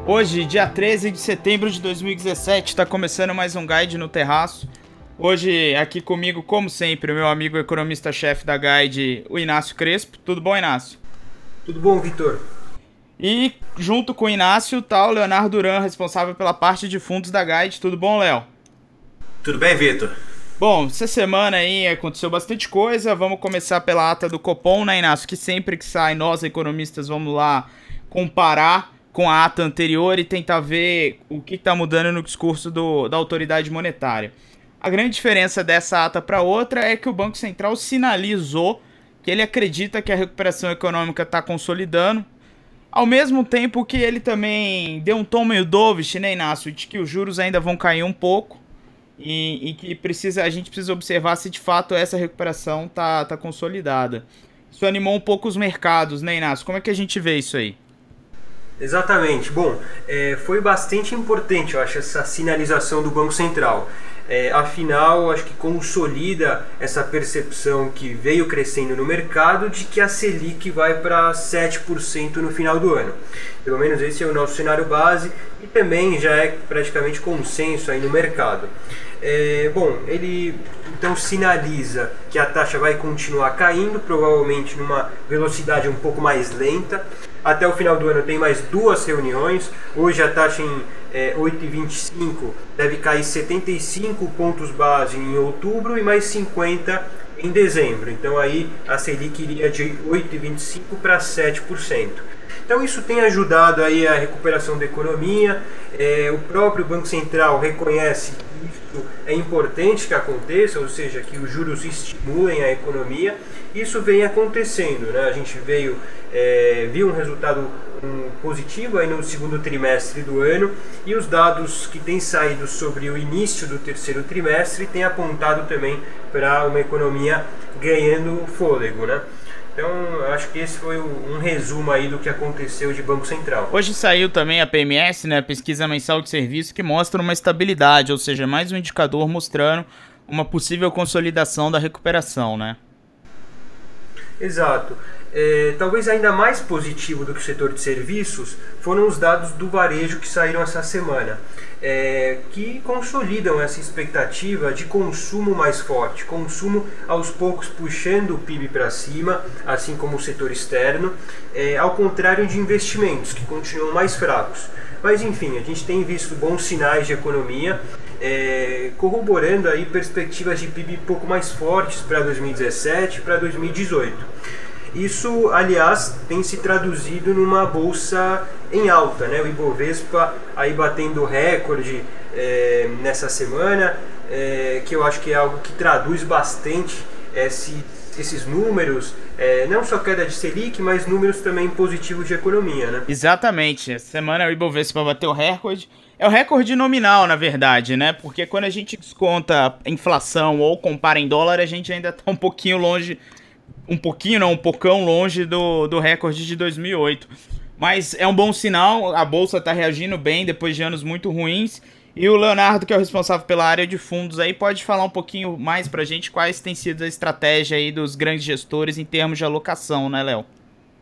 Hoje, dia 13 de setembro de 2017, está começando mais um Guide no Terraço. Hoje, aqui comigo, como sempre, o meu amigo economista-chefe da Guide, o Inácio Crespo. Tudo bom, Inácio? Tudo bom, Vitor? E junto com o Inácio está o Leonardo Duran, responsável pela parte de fundos da Guide. Tudo bom, Léo? Tudo bem, Vitor? Bom, essa semana aí aconteceu bastante coisa. Vamos começar pela ata do Copom, né, Inácio? Que sempre que sai, nós economistas vamos lá comparar com a ata anterior e tentar ver o que está mudando no discurso da autoridade monetária. A grande diferença dessa ata para outra é que o Banco Central sinalizou que ele acredita que a recuperação econômica está consolidando, ao mesmo tempo que ele também deu um tom meio dovish, né, Inácio, de que os juros ainda vão cair um pouco e que a gente precisa observar se de fato essa recuperação tá consolidada. Isso animou um pouco os mercados, né, Inácio? Como é que a gente vê isso aí? Exatamente. Bom, foi bastante importante, eu acho, essa sinalização do Banco Central. Afinal, acho que consolida essa percepção que veio crescendo no mercado de que a Selic vai para 7% no final do ano. Pelo menos esse é o nosso cenário base e também já é praticamente consenso aí no mercado. Bom, ele então sinaliza que a taxa vai continuar caindo, provavelmente numa velocidade um pouco mais lenta. Até o final do ano tem mais 2 reuniões. Hoje a taxa em 8,25 deve cair 75 pontos base em outubro e mais 50 em dezembro. Então aí a Selic iria de 8,25 para 7%. Então isso tem ajudado aí a recuperação da economia. O próprio Banco Central reconhece que isso é importante que aconteça, ou seja, que os juros estimulem a economia. Isso vem acontecendo, né? A gente viu um resultado positivo aí no segundo trimestre do ano e os dados que têm saído sobre o início do terceiro trimestre têm apontado também para uma economia ganhando fôlego, né? Então, acho que esse foi um resumo aí do que aconteceu de Banco Central. Hoje saiu também a PMS, né, a Pesquisa Mensal de Serviço, que mostra uma estabilidade, ou seja, mais um indicador mostrando uma possível consolidação da recuperação, né? Exato. Talvez ainda mais positivo do que o setor de serviços foram os dados do varejo que saíram essa semana, que consolidam essa expectativa de consumo mais forte, consumo aos poucos puxando o PIB para cima, assim como o setor externo, ao contrário de investimentos, que continuam mais fracos. Mas enfim, a gente tem visto bons sinais de economia, corroborando aí perspectivas de PIB um pouco mais fortes para 2017 e para 2018. Isso, aliás, tem se traduzido numa bolsa em alta, né? O Ibovespa aí batendo recorde nessa semana, que eu acho que é algo que traduz bastante esses números, não só queda de Selic, mas números também positivos de economia, né? Exatamente. Essa semana o Ibovespa bateu recorde. É o recorde nominal, na verdade, né? Porque quando a gente desconta inflação ou compara em dólar, a gente ainda está um pouquinho longe... um pocão longe do recorde de 2008. Mas é um bom sinal, a bolsa está reagindo bem depois de anos muito ruins. E o Leonardo, que é o responsável pela área de fundos, aí pode falar um pouquinho mais pra gente quais tem sido a estratégia aí dos grandes gestores em termos de alocação, né, Léo?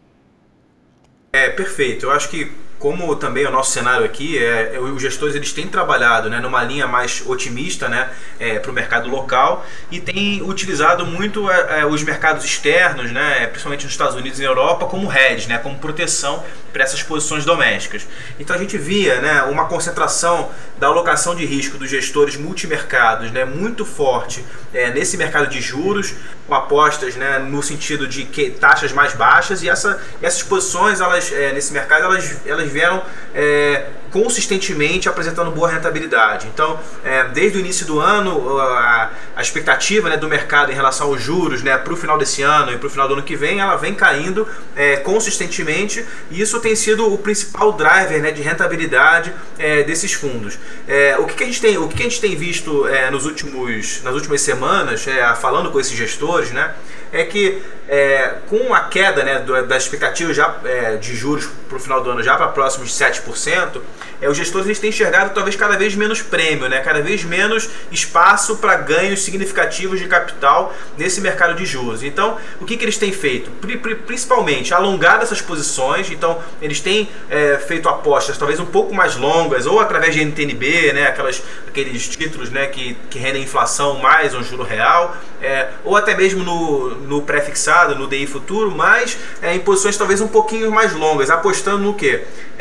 Perfeito. Eu acho que, como também o nosso cenário aqui, os gestores eles têm trabalhado, né, numa linha mais otimista, né, para o mercado local e têm utilizado muito os mercados externos, né, principalmente nos Estados Unidos e na Europa, como hedge, né, como proteção para essas posições domésticas. Então a gente via, né, uma concentração da alocação de risco dos gestores multimercados, né, muito forte nesse mercado de juros, com apostas, né, no sentido de taxas mais baixas, e essas posições nesse mercado elas vieram consistentemente apresentando boa rentabilidade. Então, desde o início do ano, a expectativa, né, do mercado em relação aos juros, né, para o final desse ano e para o final do ano que vem, ela vem caindo consistentemente, e isso tem sido o principal driver, né, de rentabilidade desses fundos. O que a gente tem visto nas últimas semanas, falando com esses gestores, né, é que com a queda, né, das expectativas já, de juros para o final do ano já para próximos de 7%, os gestores eles têm enxergado talvez cada vez menos prêmio, né, cada vez menos espaço para ganhos significativos de capital nesse mercado de juros. Então, o que eles têm feito? Principalmente alongar essas posições. Então, eles têm feito apostas talvez um pouco mais longas, ou através de NTN-B, né, aqueles títulos, né, que rendem inflação mais um juro real, ou até mesmo no pré-fixado, no DI futuro, mas em posições talvez um pouquinho mais longas, apostando no quê?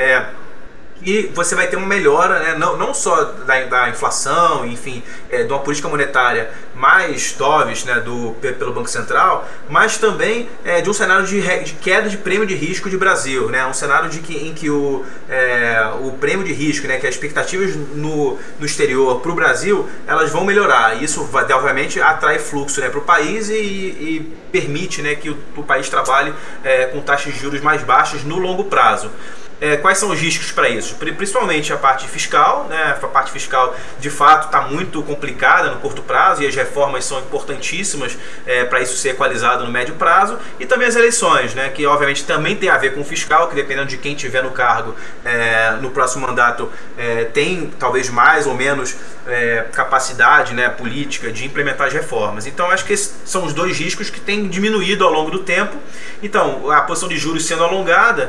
E você vai ter uma melhora, né, não só da inflação, enfim, de uma política monetária mais dovish, né, pelo Banco Central, mas também de um cenário de queda de prêmio de risco de Brasil, né, um cenário em que o prêmio de risco, né, que as expectativas no exterior para o Brasil, elas vão melhorar. E isso obviamente atrai fluxo, né, para o país e permite, né, que o país trabalhe com taxas de juros mais baixas no longo prazo. Quais são os riscos para isso? Principalmente a parte fiscal, né? A parte fiscal de fato está muito complicada no curto prazo e as reformas são importantíssimas para isso ser equalizado no médio prazo, e também as eleições, né? Que obviamente também tem a ver com o fiscal, que dependendo de quem tiver no cargo no próximo mandato tem talvez mais ou menos capacidade, né, política de implementar as reformas. Então acho que esses são os dois riscos que têm diminuído ao longo do tempo. Então a posição de juros sendo alongada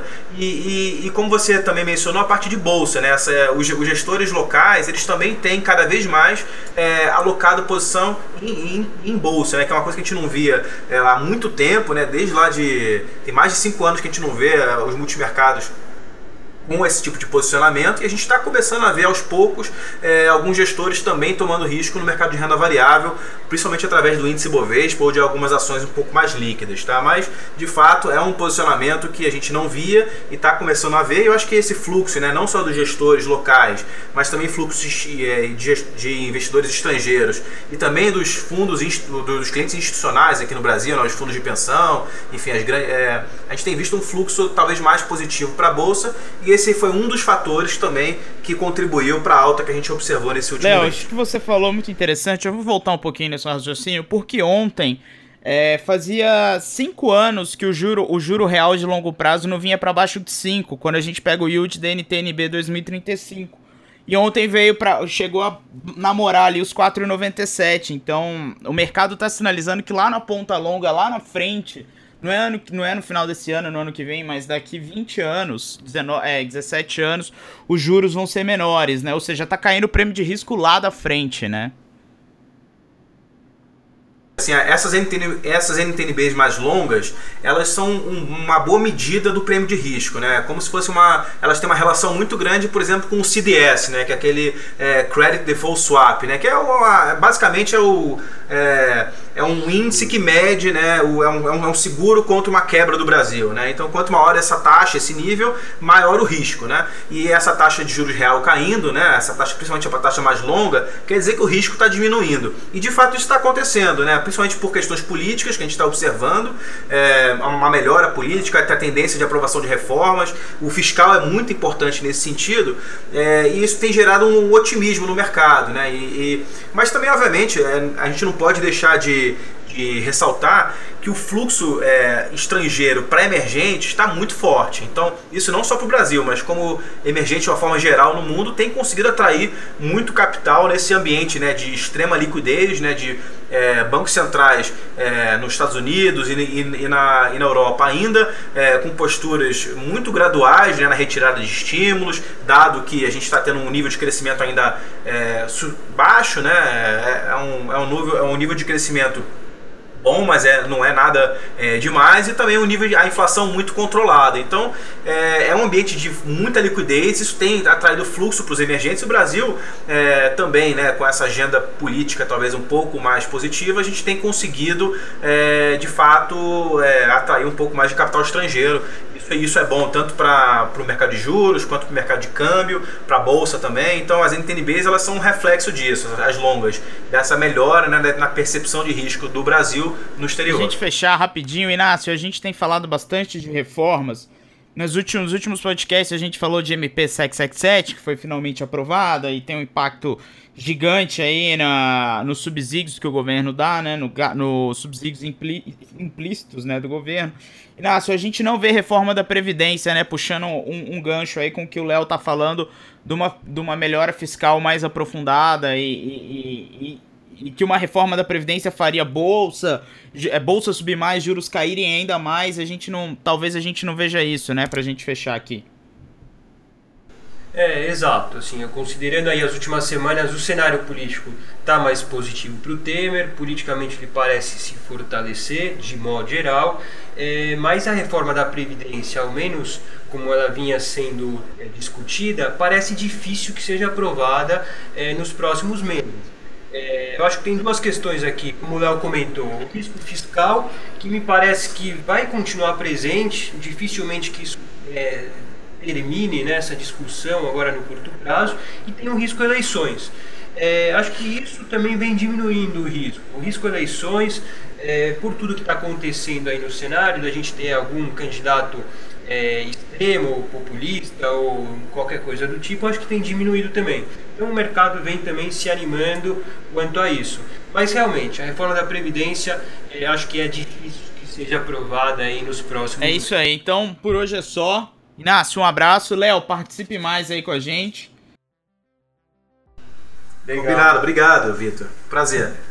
e como você também mencionou, a parte de bolsa, né? Os gestores locais, eles também têm cada vez mais alocado posição em bolsa, né? Que é uma coisa que a gente não via há muito tempo, né? Desde lá tem mais de 5 anos que a gente não vê os multimercados com esse tipo de posicionamento, e a gente está começando a ver aos poucos alguns gestores também tomando risco no mercado de renda variável, principalmente através do índice Bovespa ou de algumas ações um pouco mais líquidas, tá? Mas de fato é um posicionamento que a gente não via e está começando a ver. E eu acho que esse fluxo, né, não só dos gestores locais, mas também fluxos de investidores estrangeiros e também dos fundos, dos clientes institucionais aqui no Brasil, né, os fundos de pensão, enfim, a gente tem visto um fluxo talvez mais positivo para a bolsa, e esse foi um dos fatores também que contribuiu para a alta que a gente observou nesse último mês. Acho que você falou muito interessante. Eu vou voltar um pouquinho nesse raciocínio, porque ontem fazia 5 anos que o juro real de longo prazo não vinha para baixo de 5, quando a gente pega o yield da NTN-B 2035. E ontem chegou a namorar ali os 4,97. Então o mercado está sinalizando que lá na ponta longa, lá na frente, não é no final desse ano, no ano que vem, mas daqui 20 anos, 17 anos, os juros vão ser menores, né? Ou seja, tá caindo o prêmio de risco lá da frente, né? Assim, essas NTN-Bs mais longas, elas são uma boa medida do prêmio de risco, né? Como se fosse elas têm uma relação muito grande, por exemplo, com o CDS, né? Que é aquele Credit Default Swap, né? Que basicamente é um índice que mede, né? É um seguro contra uma quebra do Brasil, né? Então, quanto maior essa taxa, esse nível, maior o risco, né? E essa taxa de juros real caindo, né? Essa taxa, principalmente a taxa mais longa, quer dizer que o risco está diminuindo. E de fato isso está acontecendo, né? Principalmente por questões políticas que a gente está observando, uma melhora política, a tendência de aprovação de reformas, o fiscal é muito importante nesse sentido, e isso tem gerado um otimismo no mercado, né? Mas também, obviamente, a gente não pode deixar de ressaltar que o fluxo estrangeiro para emergente está muito forte. Então, isso não só para o Brasil, mas como emergente de uma forma geral no mundo, tem conseguido atrair muito capital nesse ambiente, né, de extrema liquidez, né, de bancos centrais nos Estados Unidos e na Europa ainda com posturas muito graduais, né, na retirada de estímulos, dado que a gente está tendo um nível de crescimento ainda baixo, né, é um nível de crescimento bom, mas não é nada demais, e também a inflação muito controlada. Então é um ambiente de muita liquidez, isso tem atraído fluxo para os emergentes. O Brasil também, né, com essa agenda política talvez um pouco mais positiva, a gente tem conseguido de fato atrair um pouco mais de capital estrangeiro. Isso é bom tanto para o mercado de juros quanto para o mercado de câmbio, para a bolsa também. Então as NTN-Bs, elas são um reflexo disso, as longas, dessa melhora, né, na percepção de risco do Brasil no exterior. Pra gente fechar rapidinho, Inácio, a gente tem falado bastante de reformas. Nos últimos podcasts a gente falou de MP 777, que foi finalmente aprovada e tem um impacto gigante aí nos subsídios que o governo dá, né, nos subsídios implícitos, né, do governo. Inácio, a gente não vê reforma da Previdência, né, puxando um gancho aí com o que o Léo tá falando de uma melhora fiscal mais aprofundada e e que uma reforma da Previdência faria bolsa subir mais, juros caírem ainda mais, talvez a gente não veja isso, né, pra gente fechar aqui. Exato. Assim, considerando aí as últimas semanas, o cenário político está mais positivo para o Temer, politicamente ele parece se fortalecer, de modo geral, mas a reforma da Previdência, ao menos como ela vinha sendo discutida, parece difícil que seja aprovada nos próximos meses. Eu acho que tem duas questões aqui, como o Léo comentou, o risco fiscal, que me parece que vai continuar presente, dificilmente que isso termine nessa discussão agora no curto prazo, e tem o risco eleições. Acho que isso também vem diminuindo o risco eleições, por tudo que está acontecendo aí no cenário, da gente ter algum candidato extremo, ou populista, ou qualquer coisa do tipo, acho que tem diminuído também. Então o mercado vem também se animando quanto a isso. Mas realmente, a reforma da Previdência, acho que é difícil que seja aprovada aí nos próximos meses. Isso aí, então por hoje é só. Inácio, um abraço. Léo, participe mais aí com a gente. Legal. Combinado, obrigado, Vitor. Prazer.